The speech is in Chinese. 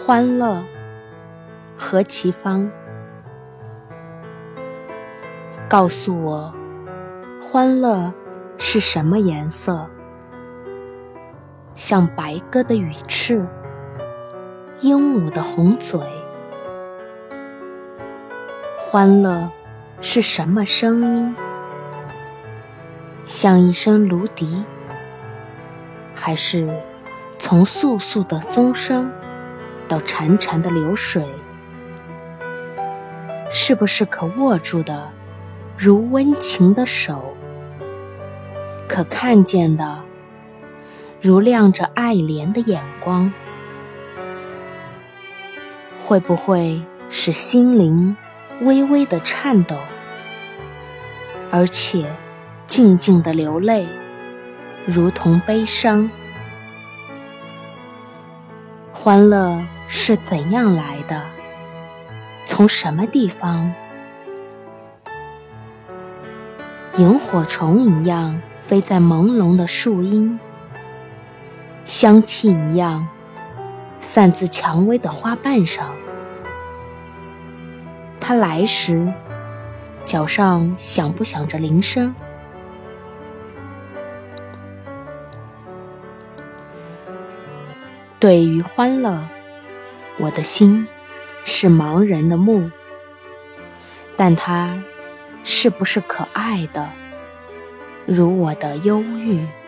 欢乐，何其芳。告诉我，欢乐是什么颜色？像白鸽的羽翅，鹦鹉的红嘴。欢乐是什么声音？像一声芦笛，还是从簌簌的松声到潺潺的流水？是不是可握住的如温情的手，可看见的如亮着爱怜的眼光？会不会使心灵微微的颤抖，而且静静的流泪，如同悲伤？欢乐是怎样来的？从什么地方？萤火虫一样飞在朦胧的树荫，香气一样散自蔷薇的花瓣上。它来时，脚上响不响着铃声？对于欢乐，我的心是盲人的目，但它是不是可爱的，如我的忧郁？